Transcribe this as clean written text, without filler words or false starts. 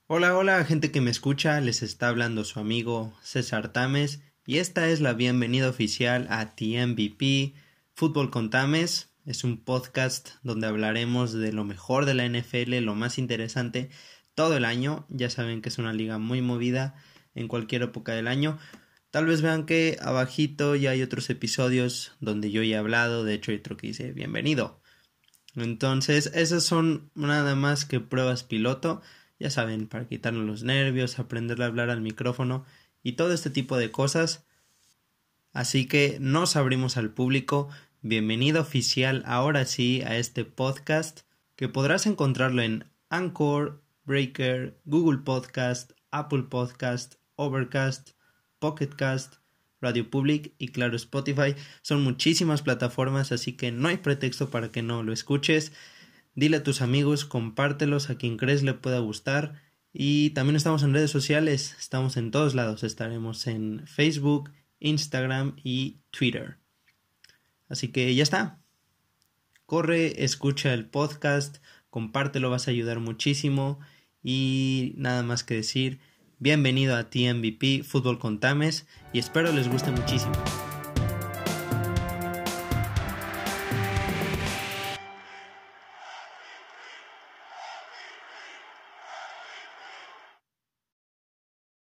Hola, hola, gente que me escucha, les está hablando su amigo César Tames y esta es la bienvenida oficial a TMVP Fútbol con Tames. Es un podcast donde hablaremos de lo mejor de la NFL, lo más interesante todo el año. Ya saben que es una liga muy movida en cualquier época del año. Tal vez vean que abajito ya hay otros episodios donde yo ya he hablado, de hecho hay otro que dice bienvenido. Entonces, esas son nada más que pruebas piloto, ya saben, para quitarnos los nervios, aprender a hablar al micrófono y todo este tipo de cosas. Así que nos abrimos al público. Bienvenido oficial ahora sí a este podcast que podrás encontrarlo en Anchor, Breaker, Google Podcast, Apple Podcast, Overcast, Pocket Cast, Radio Public y claro Spotify. Son muchísimas plataformas, así que no hay pretexto para que no lo escuches. Dile a tus amigos, compártelos a quien crees le pueda gustar. Y también estamos en redes sociales, estamos en todos lados, estaremos en Facebook, Instagram y Twitter. Así que ya está. Corre, escucha el podcast, compártelo, vas a ayudar muchísimo. Y nada más que decir, bienvenido a TMVP Fútbol con Tames y espero les guste muchísimo.